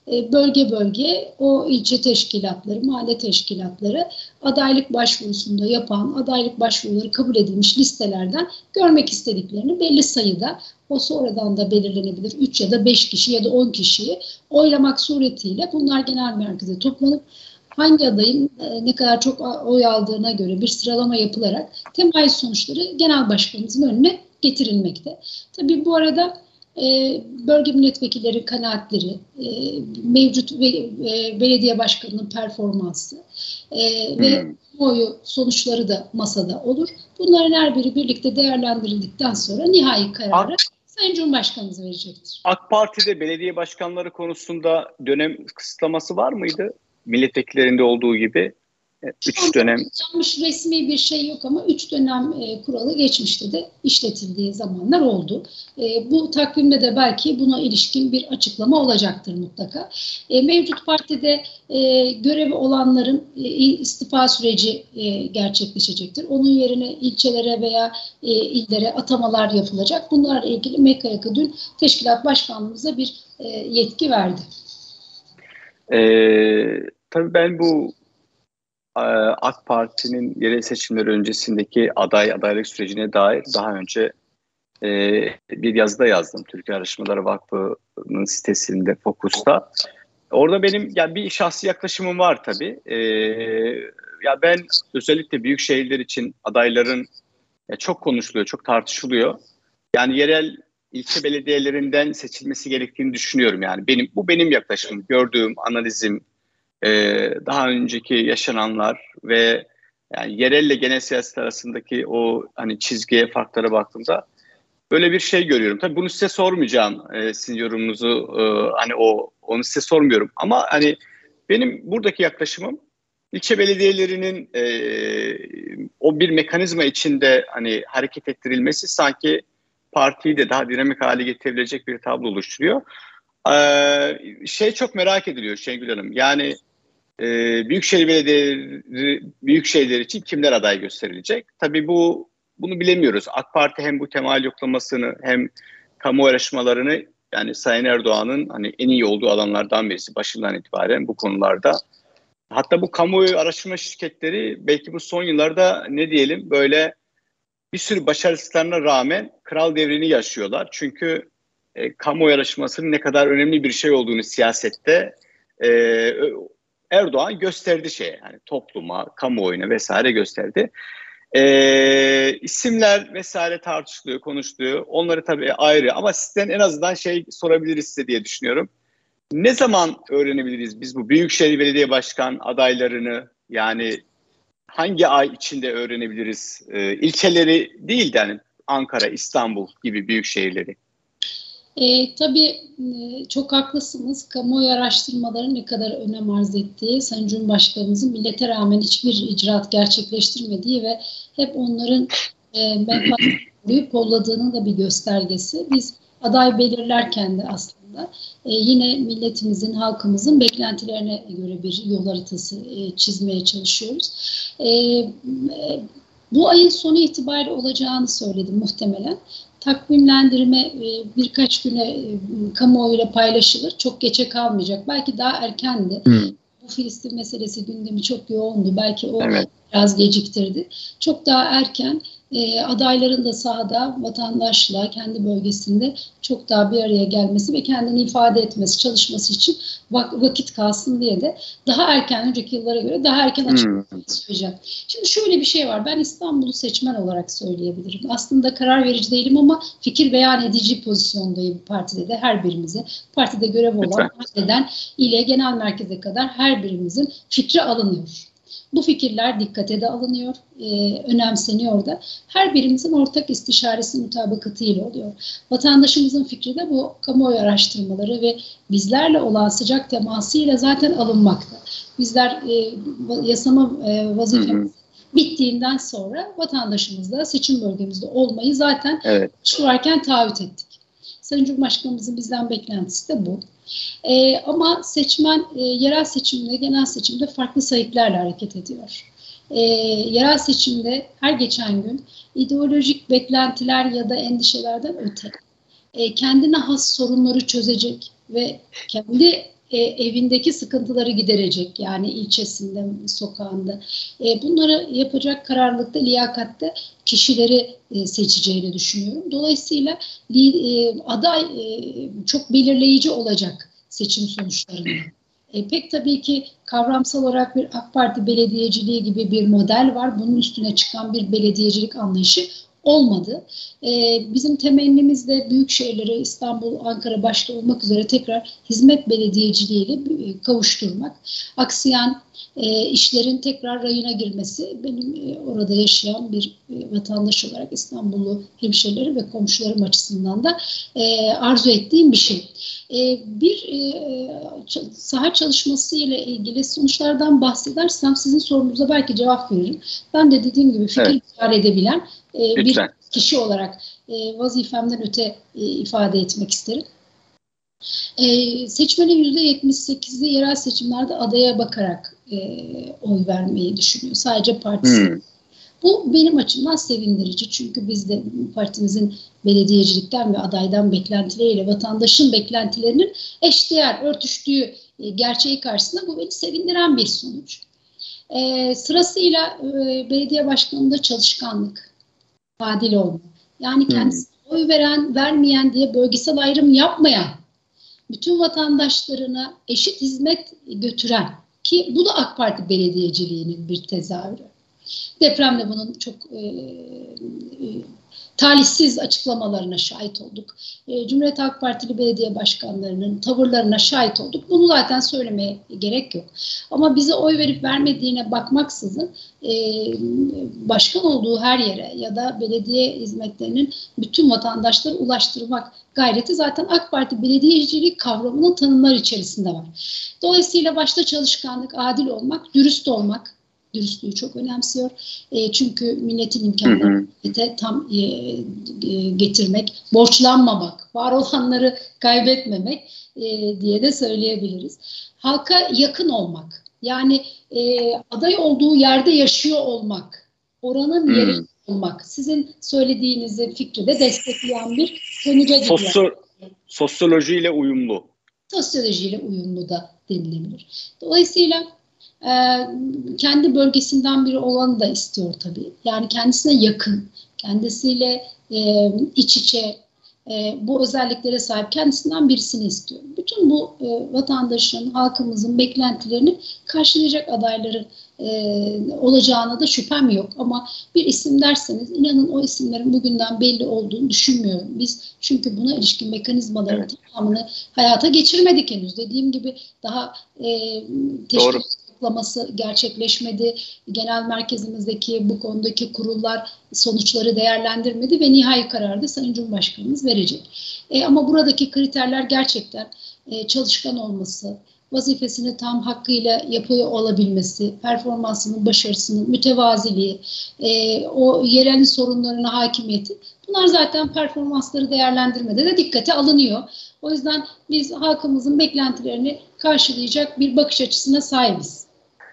e, bölge bölge o ilçe teşkilatları, mahalle teşkilatları adaylık başvurusunda yapan, adaylık başvuruları kabul edilmiş listelerden görmek istediklerini belli sayıda, o sonradan da belirlenebilir üç ya da beş kişi ya da on kişiyi oylamak suretiyle bunlar genel merkeze toplanıp hangi adayın e, ne kadar çok oy aldığına göre bir sıralama yapılarak temayüz sonuçları genel başkanımızın önüne getirilmekte. Tabii bu arada e, bölge milletvekilleri kanaatleri, e, mevcut ve, e, belediye başkanının performansı e, ve oyu sonuçları da masada olur. Bunların her biri birlikte değerlendirildikten sonra nihai kararı Sayın Cumhurbaşkanımız verecektir. AK Parti'de belediye başkanları konusunda dönem kısıtlaması var mıydı? Milletvekillerinde olduğu gibi üç dönem. Resmi bir şey yok ama üç dönem e, kuralı geçmişte de işletildiği zamanlar oldu. E, bu takvimde de belki buna ilişkin bir açıklama olacaktır mutlaka. E, mevcut partide e, görevi olanların e, istifa süreci e, gerçekleşecektir. Onun yerine ilçelere veya e, illere atamalar yapılacak. Bunlarla ilgili M K Y K dün Teşkilat Başkanlığımıza bir e, yetki verdi. Ee, tabii ben bu AK Parti'nin yerel seçimleri öncesindeki aday adaylık sürecine dair daha önce e, bir yazıda yazdım. Türkiye Araştırmaları Vakfı'nın sitesinde, Fokus'ta. Orada benim yani bir şahsi yaklaşımım var tabii. E, ya ben özellikle büyük şehirler için adayların ya çok konuşuluyor, çok tartışılıyor. Yani yerel ilçe belediyelerinden seçilmesi gerektiğini düşünüyorum. Yani benim bu benim yaklaşımım, gördüğüm analizim. Ee, daha önceki yaşananlar ve yani yerelle genel siyaset arasındaki o hani çizgiye, farklara baktığımda böyle bir şey görüyorum. Tabii bunu size sormayacağım, e, sizin yorumunuzu e, hani o onu size sormuyorum. Ama hani benim buradaki yaklaşımım ilçe belediyelerinin e, o bir mekanizma içinde hani hareket ettirilmesi sanki partiyi de daha dinamik hale getirebilecek bir tablo oluşturuyor. Ee, şey çok merak ediliyor Şengül Hanım. Yani e, büyükşehir belediyeleri, büyükşehirler için kimler aday gösterilecek? Tabii bu bunu bilemiyoruz. AK Parti hem bu temayül yoklamasını hem kamu araştırmalarını yani Sayın Erdoğan'ın hani en iyi olduğu alanlardan birisi başından itibaren bu konularda. Hatta bu kamuoyu araştırma şirketleri belki bu son yıllarda ne diyelim böyle bir sürü başarısızlarına rağmen kral devrini yaşıyorlar. Çünkü e, kamuoyu araştırmasının ne kadar önemli bir şey olduğunu siyasette e, Erdoğan gösterdi şeye. Yani topluma, kamuoyuna vesaire gösterdi. E, isimler vesaire tartışılıyor, konuşuluyor. Onları tabii ayrı ama sizden en azından şey sorabiliriz size diye düşünüyorum. Ne zaman öğrenebiliriz biz bu Büyükşehir Belediye Başkan adaylarını yani hangi ay içinde öğrenebiliriz? E, ilçeleri değil de yani Ankara, İstanbul gibi büyük şehirleri. E, tabii e, çok haklısınız. Kamuoyu araştırmaları ne kadar önem arz ettiği, Sayın Cumhurbaşkanımızın millete rağmen hiçbir icraat gerçekleştirmediği ve hep onların e, menfaatlerini kolladığının da bir göstergesi. Biz aday belirlerken de aslında e, yine milletimizin, halkımızın beklentilerine göre bir yol haritası e, çizmeye çalışıyoruz. E, e, bu ayın sonu itibariyle olacağını söyledim muhtemelen. Takvimlendirme e, birkaç güne e, kamuoyuyla paylaşılır. Çok geçe kalmayacak. Belki daha erkendi. Hmm. Bu Filistin meselesi gündemi çok yoğundu. Belki o evet. biraz geciktirdi. Çok daha erken e, adayların da sahada vatandaşla kendi bölgesinde çok daha bir araya gelmesi ve kendini ifade etmesi, çalışması için vak- vakit kalsın diye de daha erken, önceki yıllara göre daha erken açıklamayı hmm. söyleyeceğim. Şimdi şöyle bir şey var. Ben İstanbul'u seçmen olarak söyleyebilirim. Aslında karar verici değilim ama fikir beyan edici pozisyondayım partide de her birimize. Partide görev olan mahalleden ile genel merkeze kadar her birimizin fikri alınıyor. Bu fikirler dikkate de alınıyor, e, önemseniyor da her birimizin ortak istişaresi mutabakatıyla oluyor. Vatandaşımızın fikri de bu kamuoyu araştırmaları ve bizlerle olan sıcak temasıyla zaten alınmakta. Bizler e, yasama e, vazifemiz bittiğinden sonra vatandaşımızla seçim bölgemizde olmayı zaten evet. başvurarken taahhüt ettik. Sayın Cumhurbaşkanımızın bizden beklentisi de bu. Ee, ama seçmen e, yerel seçimde, genel seçimde farklı sayıklarla hareket ediyor. Ee, yerel seçimde her geçen gün ideolojik beklentiler ya da endişelerden öte e, kendine has sorunları çözecek ve kendi e, evindeki sıkıntıları giderecek, yani ilçesinde, sokağında. E, bunları yapacak kararlılıkta, liyakatte kişileri e, seçeceğini düşünüyorum. Dolayısıyla e, aday e, çok belirleyici olacak seçim sonuçlarında. E, pek tabii ki kavramsal olarak bir AK Parti belediyeciliği gibi bir model var. Bunun üstüne çıkan bir belediyecilik anlayışı olmadı. E, bizim temennimiz de büyük şehirleri, İstanbul, Ankara başta olmak üzere tekrar hizmet belediyeciliğiyle e, kavuşturmak. Aksayan e, işlerin tekrar rayına girmesi benim e, orada yaşayan bir e, vatandaş olarak İstanbullu hemşehrileri ve komşularım açısından da e, arzu ettiğim bir şey. E, bir e, saha çalışması ile ilgili sonuçlardan bahsedersem sizin sorunuza belki cevap veririm. Ben de dediğim gibi fikir evet. ifade edebilen e, bir Lütfen. kişi olarak e, vazifemden öte e, ifade etmek isterim. E, seçmenin yüzde yetmiş sekizi yerel seçimlerde adaya bakarak e, oy vermeyi düşünüyor. Sadece partisi. Hmm. Bu benim açımdan sevindirici. Çünkü biz de partimizin belediyecilikten ve adaydan beklentileriyle vatandaşın beklentilerinin eşdeğer, örtüştüğü e, gerçeği karşısında bu beni sevindiren bir sonuç. E, sırasıyla e, belediye başkanında çalışkanlık, adil olma. Yani kendisi hmm. oy veren, vermeyen diye bölgesel ayrım yapmayan, bütün vatandaşlarına eşit hizmet götüren, ki bu da AK Parti belediyeciliğinin bir tezahürü. Depremde bunun çok e, e, talihsiz açıklamalarına şahit olduk. E, Cumhuriyet Halk Partili belediye başkanlarının tavırlarına şahit olduk. Bunu zaten söylemeye gerek yok. Ama bize oy verip vermediğine bakmaksızın e, başkan olduğu her yere ya da belediye hizmetlerinin bütün vatandaşlara ulaştırmak gayreti zaten AK Parti belediyecilik kavramının tanımlar içerisinde var. Dolayısıyla başta çalışkanlık, adil olmak, dürüst olmak, dürüstlüğü çok önemsiyor. E, çünkü milletin imkanlarını tam e, e, getirmek, borçlanmamak, var olanları kaybetmemek e, diye de söyleyebiliriz. Halka yakın olmak, yani e, aday olduğu yerde yaşıyor olmak, oranın hmm. yeri olmak, sizin söylediğinizi, fikri de destekleyen bir sonuca gidiyor. Sosyo sosyolojiyle uyumlu. Sosyolojiyle uyumlu da denilebilir. Dolayısıyla Ee, kendi bölgesinden biri olanı da istiyor tabii. Yani kendisine yakın, kendisiyle e, iç içe e, bu özelliklere sahip kendisinden birisini istiyor. Bütün bu e, vatandaşın, halkımızın beklentilerini karşılayacak adayların e, olacağına da şüphem yok. Ama bir isim derseniz inanın o isimlerin bugünden belli olduğunu düşünmüyorum. Biz çünkü buna ilişkin mekanizmaların evet. tamamını hayata geçirmedik henüz. Dediğim gibi daha e, teşkil toplaması gerçekleşmedi. Genel merkezimizdeki bu konudaki kurullar sonuçları değerlendirmedi ve nihai kararı da Sayın Cumhurbaşkanımız verecek. E, ama buradaki kriterler gerçekten e, çalışkan olması, vazifesini tam hakkıyla yapıyor olabilmesi, performansının, başarısının mütevaziliği, e, o yerel sorunlarına hakimiyeti, bunlar zaten performansları değerlendirmede de dikkate alınıyor. O yüzden biz halkımızın beklentilerini karşılayacak bir bakış açısına sahibiz.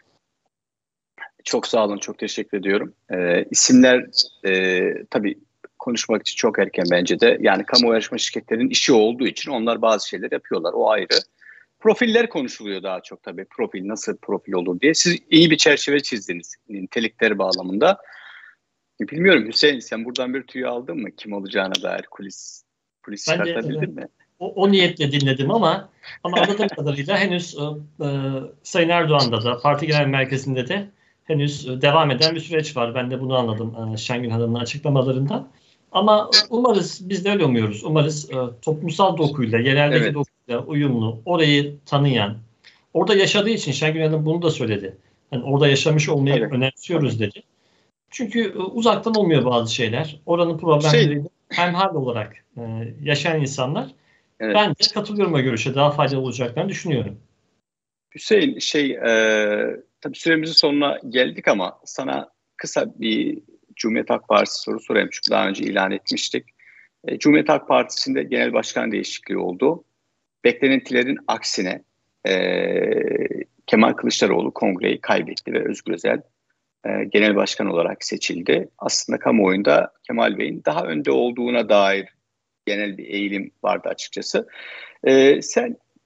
Çok sağ olun, çok teşekkür ediyorum. Ee, isimler e, tabii konuşmak için çok erken bence de. Yani kamu yarışma şirketlerinin işi olduğu için onlar bazı şeyler yapıyorlar, o ayrı. Profiller konuşuluyor daha çok tabii. Profil, nasıl profil olur diye. Siz iyi bir çerçeve çizdiniz nitelikleri bağlamında. Bilmiyorum Hüseyin, sen buradan bir tüy aldın mı? Kim olacağına dair kulis, kulis çıkartabildin mi? O, o niyetle dinledim ama ama anladığım kadarıyla henüz e, Sayın Erdoğan'da da parti genel merkezinde de henüz devam eden bir süreç var. Ben de bunu anladım e, Şengül Hanım'ın açıklamalarından. Ama umarız, biz de öyle umuyoruz. Umarız e, toplumsal dokuyla, yereldeki evet. dokuyla uyumlu, orayı tanıyan, orada yaşadığı için Şengül Hanım bunu da söyledi. Yani orada yaşamış olmayı evet. önemsiyoruz dedi. Çünkü e, uzaktan olmuyor bazı şeyler. Oranın problemleriyle şey, hemhal olarak e, yaşayan insanlar evet. ben de katılıyorum o görüşe, daha faydalı olacaklarını düşünüyorum. Hüseyin, şey, e, tabii süremizin sonuna geldik ama sana kısa bir Cumhuriyet Halk Partisi soru sorayım. Çünkü daha önce ilan etmiştik. E, Cumhuriyet Halk Partisi'nde genel başkan değişikliği oldu. Beklentilerin aksine e, Kemal Kılıçdaroğlu kongreyi kaybetti ve Özgür Özel e, genel başkan olarak seçildi. Aslında kamuoyunda Kemal Bey'in daha önde olduğuna dair genel bir eğilim vardı açıkçası. E, sen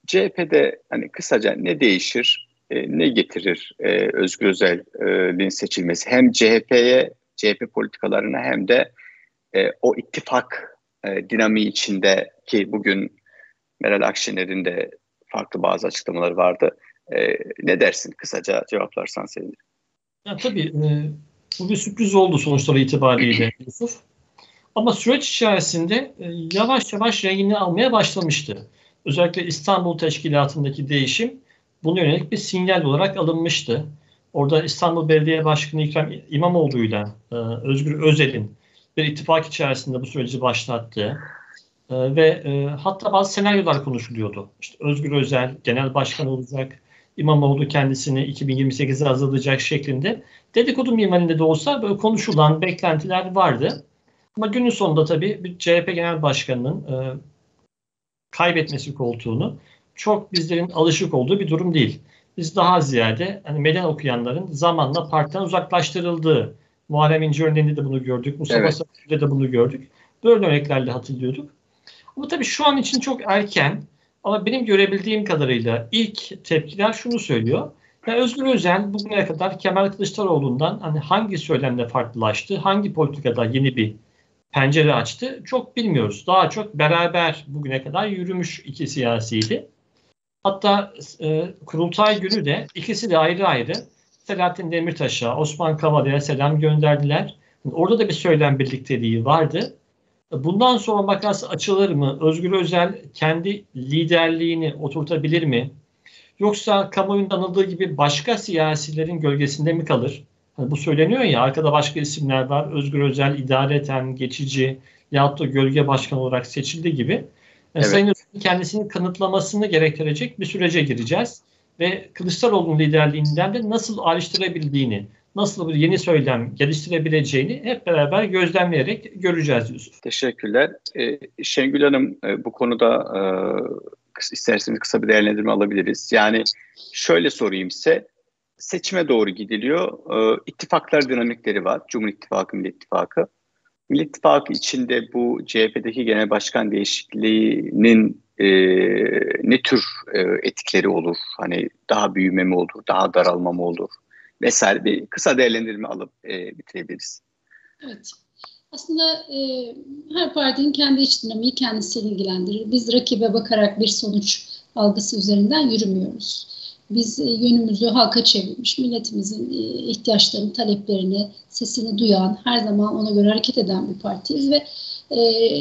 C H P'de hani kısaca ne değişir, e, ne getirir e, Özgür Özel'in seçilmesi? Hem C H P'ye, C H P politikalarına hem de e, o ittifak e, dinamiği içinde ki bugün Meral Akşener'in de farklı bazı açıklamaları vardı. E, ne dersin? Kısaca cevaplarsan sevinirim. Ya, tabii e, bu bir sürpriz oldu sonuçları itibariyle Yusuf. Ama süreç içerisinde e, yavaş yavaş rengini almaya başlamıştı. Özellikle İstanbul Teşkilatı'ndaki değişim buna yönelik bir sinyal olarak alınmıştı. Orada İstanbul Belediye Başkanı Ekrem İmamoğlu'yla e, Özgür Özel'in bir ittifak içerisinde bu süreci başlattığı e, ve e, hatta bazı senaryolar konuşuluyordu. İşte Özgür Özel genel başkan olacak, İmamoğlu kendisini iki bin yirmi sekize hazırlayacak şeklinde dedikodu minvalinde de olsa böyle konuşulan beklentiler vardı. Ama günün sonunda tabii bir C H P Genel Başkanı'nın e, kaybetmesi koltuğunu çok bizlerin alışık olduğu bir durum değil. Biz daha ziyade hani meydan okuyanların zamanla partiden uzaklaştırıldığı, Muharrem İnce örneğinde de bunu gördük, Mustafa Evet. Sarıgül'de de bunu gördük. Böyle örneklerle hatırlıyorduk. Ama tabii şu an için çok erken, ama benim görebildiğim kadarıyla ilk tepkiler şunu söylüyor. Ya Özgür Özel bugüne kadar Kemal Kılıçdaroğlu'ndan hani hangi söylemde farklılaştı, hangi politikada yeni bir pencere açtı çok bilmiyoruz. Daha çok beraber bugüne kadar yürümüş iki siyasiydi. Hatta e, kurultay günü de ikisi de ayrı ayrı Selahattin Demirtaş'a, Osman Kavala'ya selam gönderdiler. Orada da bir söylem birlikteliği vardı. Bundan sonra makas açılır mı? Özgür Özel kendi liderliğini oturtabilir mi? Yoksa kamuoyunda anıldığı gibi başka siyasilerin gölgesinde mi kalır? Hani bu söyleniyor ya, arkada başka isimler var. Özgür Özel idareten, geçici yahut da gölge başkan olarak seçildi gibi. Evet. Sayın Özel'in kendisini kanıtlamasını gerektirecek bir sürece gireceğiz. Ve Kılıçdaroğlu'nun liderliğinden de nasıl ayrıştırabildiğini, nasıl bir yeni söylem geliştirebileceğini hep beraber gözlemleyerek göreceğiz Yusuf. Teşekkürler. Ee, Şengül Hanım e, bu konuda e, isterseniz kısa bir değerlendirme alabiliriz. Yani şöyle sorayım size. Seçime doğru gidiliyor. Ee, ittifaklar dinamikleri var. Cumhur İttifakı, Millet İttifakı. Millet İttifakı içinde bu C H P'deki genel başkan değişikliğinin e, ne tür e, etkileri olur? Hani daha büyüme mi olur, daha daralma mı olur? Vesaire bir kısa değerlendirme alıp e, bitirebiliriz. Evet. Aslında e, her partinin kendi iç dinamiği kendisini ilgilendirir. Biz rakibe bakarak bir sonuç algısı üzerinden yürümüyoruz. Biz e, yönümüzü halka çevirmiş, milletimizin e, ihtiyaçlarını, taleplerini, sesini duyan, her zaman ona göre hareket eden bir partiyiz ve e,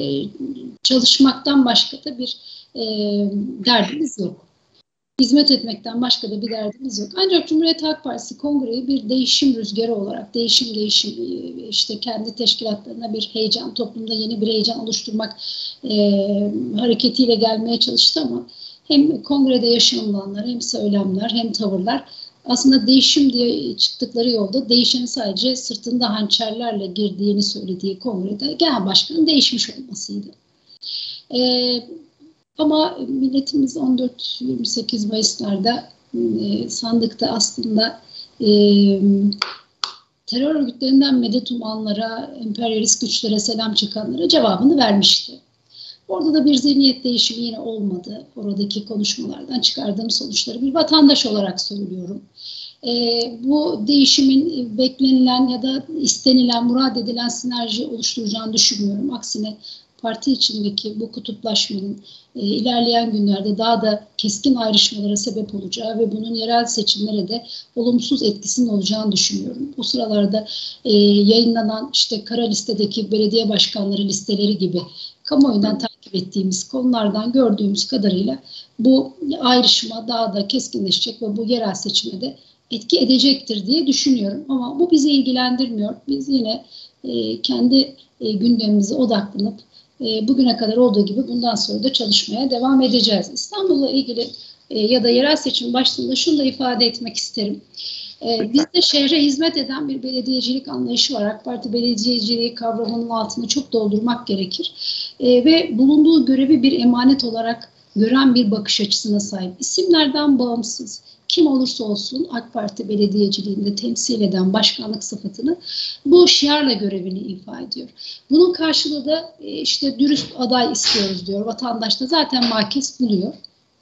çalışmaktan başka da bir e, derdimiz yok. Hizmet etmekten başka da bir derdimiz yok. Ancak Cumhuriyet Halk Partisi Kongreyi bir değişim rüzgarı olarak, değişim değişim işte kendi teşkilatlarına bir heyecan, toplumda yeni bir heyecan oluşturmak e, hareketiyle gelmeye çalıştı ama hem kongrede yaşanılanlar, hem söylemler, hem tavırlar aslında değişim diye çıktıkları yolda değişeni sadece sırtında hançerlerle girdiğini söylediği kongrede genel başkanın değişmiş olmasıydı. Evet. Ama milletimiz on dört yirmi sekiz Mayıs'larda e, sandıkta aslında e, terör örgütlerinden medet umanlara, emperyalist güçlere selam çıkanlara cevabını vermişti. Orada da bir zihniyet değişimi yine olmadı. Oradaki konuşmalardan çıkardığım sonuçları bir vatandaş olarak söylüyorum. E, bu değişimin beklenilen ya da istenilen, murad edilen sinerji oluşturacağını düşünmüyorum. Aksine parti içindeki bu kutuplaşmanın e, ilerleyen günlerde daha da keskin ayrışmalara sebep olacağı ve bunun yerel seçimlere de olumsuz etkisinin olacağını düşünüyorum. O sıralarda e, yayınlanan işte kara listedeki belediye başkanları listeleri gibi kamuoyundan takip ettiğimiz konulardan gördüğümüz kadarıyla bu ayrışma daha da keskinleşecek ve bu yerel seçime de etki edecektir diye düşünüyorum. Ama bu bizi ilgilendirmiyor. Biz yine e, kendi e, gündemimize odaklanıp bugüne kadar olduğu gibi bundan sonra da çalışmaya devam edeceğiz. İstanbul'la ilgili e, ya da yerel seçim başlığında şunu da ifade etmek isterim. E, bizde şehre hizmet eden bir belediyecilik anlayışı var. AK Parti belediyeciliği kavramının altını çok doldurmak gerekir. E, ve bulunduğu görevi bir emanet olarak gören bir bakış açısına sahip. İsimlerden bağımsız, kim olursa olsun AK Parti belediyeciliğinde temsil eden başkanlık sıfatını bu şiarla görevini ifa ediyor. Bunun karşılığı da işte dürüst aday istiyoruz diyor. Vatandaş da zaten makis buluyor.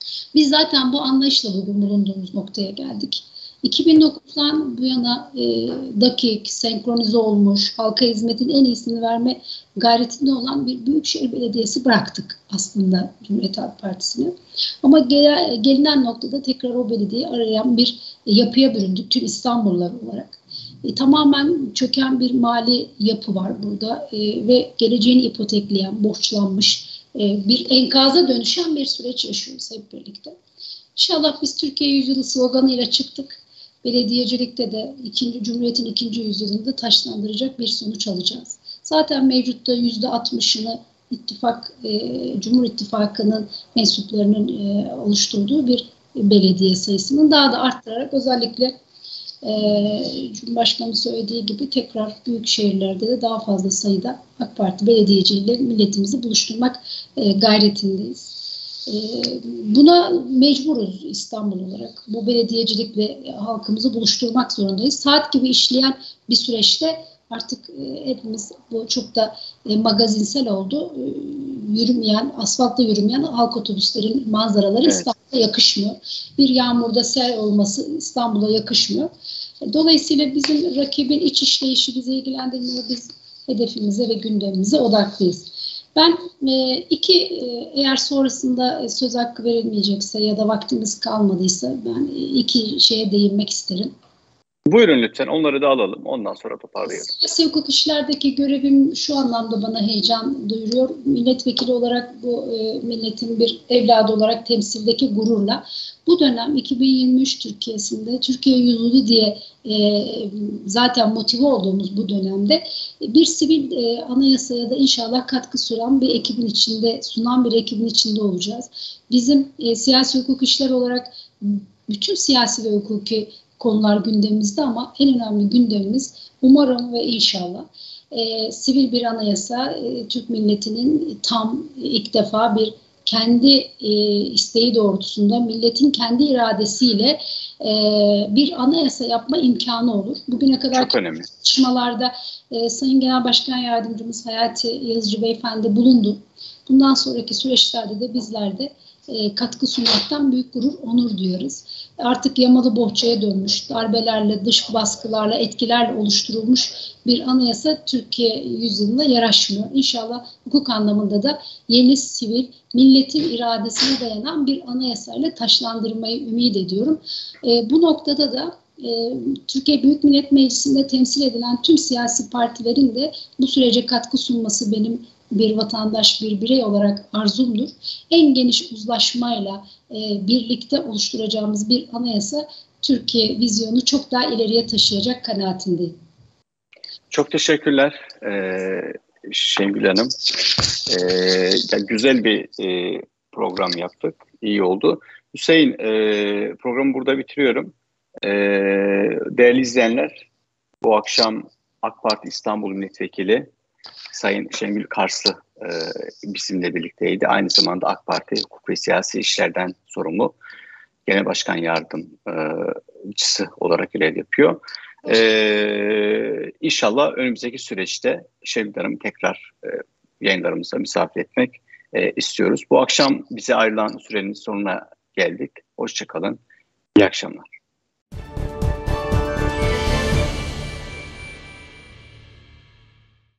Biz zaten bu anlayışla bugün bulunduğumuz noktaya geldik. iki bin dokuzdan bu yana e, dakik, senkronize olmuş, halka hizmetin en iyisini verme gayretinde olan bir büyükşehir belediyesi bıraktık aslında Cumhuriyet Halk Partisi'ni. Ama gel, gelinen noktada tekrar o belediyeyi arayan bir e, yapıya büründük tüm İstanbullular olarak. E, tamamen çöken bir mali yapı var burada e, ve geleceğini ipotekleyen, borçlanmış, e, bir enkaza dönüşen bir süreç yaşıyoruz hep birlikte. İnşallah biz Türkiye Yüzyılı sloganıyla çıktık. Belediyecilikte de ikinci, Cumhuriyet'in ikinci yüzyılında taşlandıracak bir sonuç alacağız. Zaten mevcutta yüzde altmışını ittifak, e, Cumhur İttifakı'nın mensuplarının e, oluşturduğu bir belediye sayısının daha da arttırarak özellikle e, Cumhurbaşkanı söylediği gibi tekrar büyük şehirlerde de daha fazla sayıda AK Parti belediyeciyle milletimizi buluşturmak e, gayretindeyiz. Buna mecburuz İstanbul olarak. Bu belediyecilikle halkımızı buluşturmak zorundayız. Saat gibi işleyen bir süreçte artık hepimiz bu çok da magazinsel oldu. Yürümeyen, asfaltta yürümeyen halk otobüslerin manzaraları evet. İstanbul'a yakışmıyor. Bir yağmurda sel olması İstanbul'a yakışmıyor. Dolayısıyla bizim rakibin iç işleyişi bizi ilgilendirmiyor. Biz hedefimize ve gündemimize odaklıyız. Ben e, iki e, eğer sonrasında söz hakkı verilmeyecekse ya da vaktimiz kalmadıysa ben iki şeye değinmek isterim. Buyurun lütfen, onları da alalım. Ondan sonra toparlayalım. Siyasi hukuk işlerdeki görevim şu anlamda bana heyecan duyuruyor. Milletvekili olarak bu e, milletin bir evladı olarak temsildeki gururla bu dönem iki bin yirmi üç Türkiye'sinde Türkiye Yüzyılı diye e, zaten motive olduğumuz bu dönemde bir sivil e, anayasaya da inşallah katkı sunan bir ekibin içinde, sunan bir ekibin içinde olacağız. Bizim e, siyasi hukuk işler olarak bütün siyasi ve hukuki konular gündemimizde ama en önemli gündemimiz umarım ve inşallah e, sivil bir anayasa e, Türk milletinin tam e, ilk defa bir kendi e, isteği doğrultusunda milletin kendi iradesiyle e, bir anayasa yapma imkanı olur. Bugüne kadar çalışmalarda e, Sayın Genel Başkan Yardımcımız Hayati Yazıcı Beyefendi bulundu. Bundan sonraki süreçlerde de bizler de e, katkı sunmaktan büyük gurur, onur duyuyoruz. Artık yamalı bohçaya dönmüş, darbelerle, dış baskılarla, etkilerle oluşturulmuş bir anayasa Türkiye yüzyılına yaraşmıyor. İnşallah hukuk anlamında da yeni sivil, milletin iradesine dayanan bir anayasayla taşlandırmayı ümit ediyorum. E, bu noktada da e, Türkiye Büyük Millet Meclisi'nde temsil edilen tüm siyasi partilerin de bu sürece katkı sunması benim bir vatandaş, bir birey olarak arzumdur. En geniş uzlaşmayla e, birlikte oluşturacağımız bir anayasa Türkiye vizyonu çok daha ileriye taşıyacak kanaatindeyim. Çok teşekkürler ee, Şengül Hanım. Ee, güzel bir e, program yaptık. İyi oldu. Hüseyin, e, programı burada bitiriyorum. E, değerli izleyenler, bu akşam AK Parti İstanbul Milletvekili Sayın Şengül Karslı e, bizimle birlikteydi. Aynı zamanda AK Parti hukuk ve siyasi işlerden sorumlu Genel Başkan Yardımcısı olarak görev yapıyor. E, İnşallah önümüzdeki süreçte Şengül Hanım'ı tekrar e, yayınlarımıza misafir etmek e, istiyoruz. Bu akşam bize ayrılan sürenin sonuna geldik. Hoşça kalın. İyi akşamlar.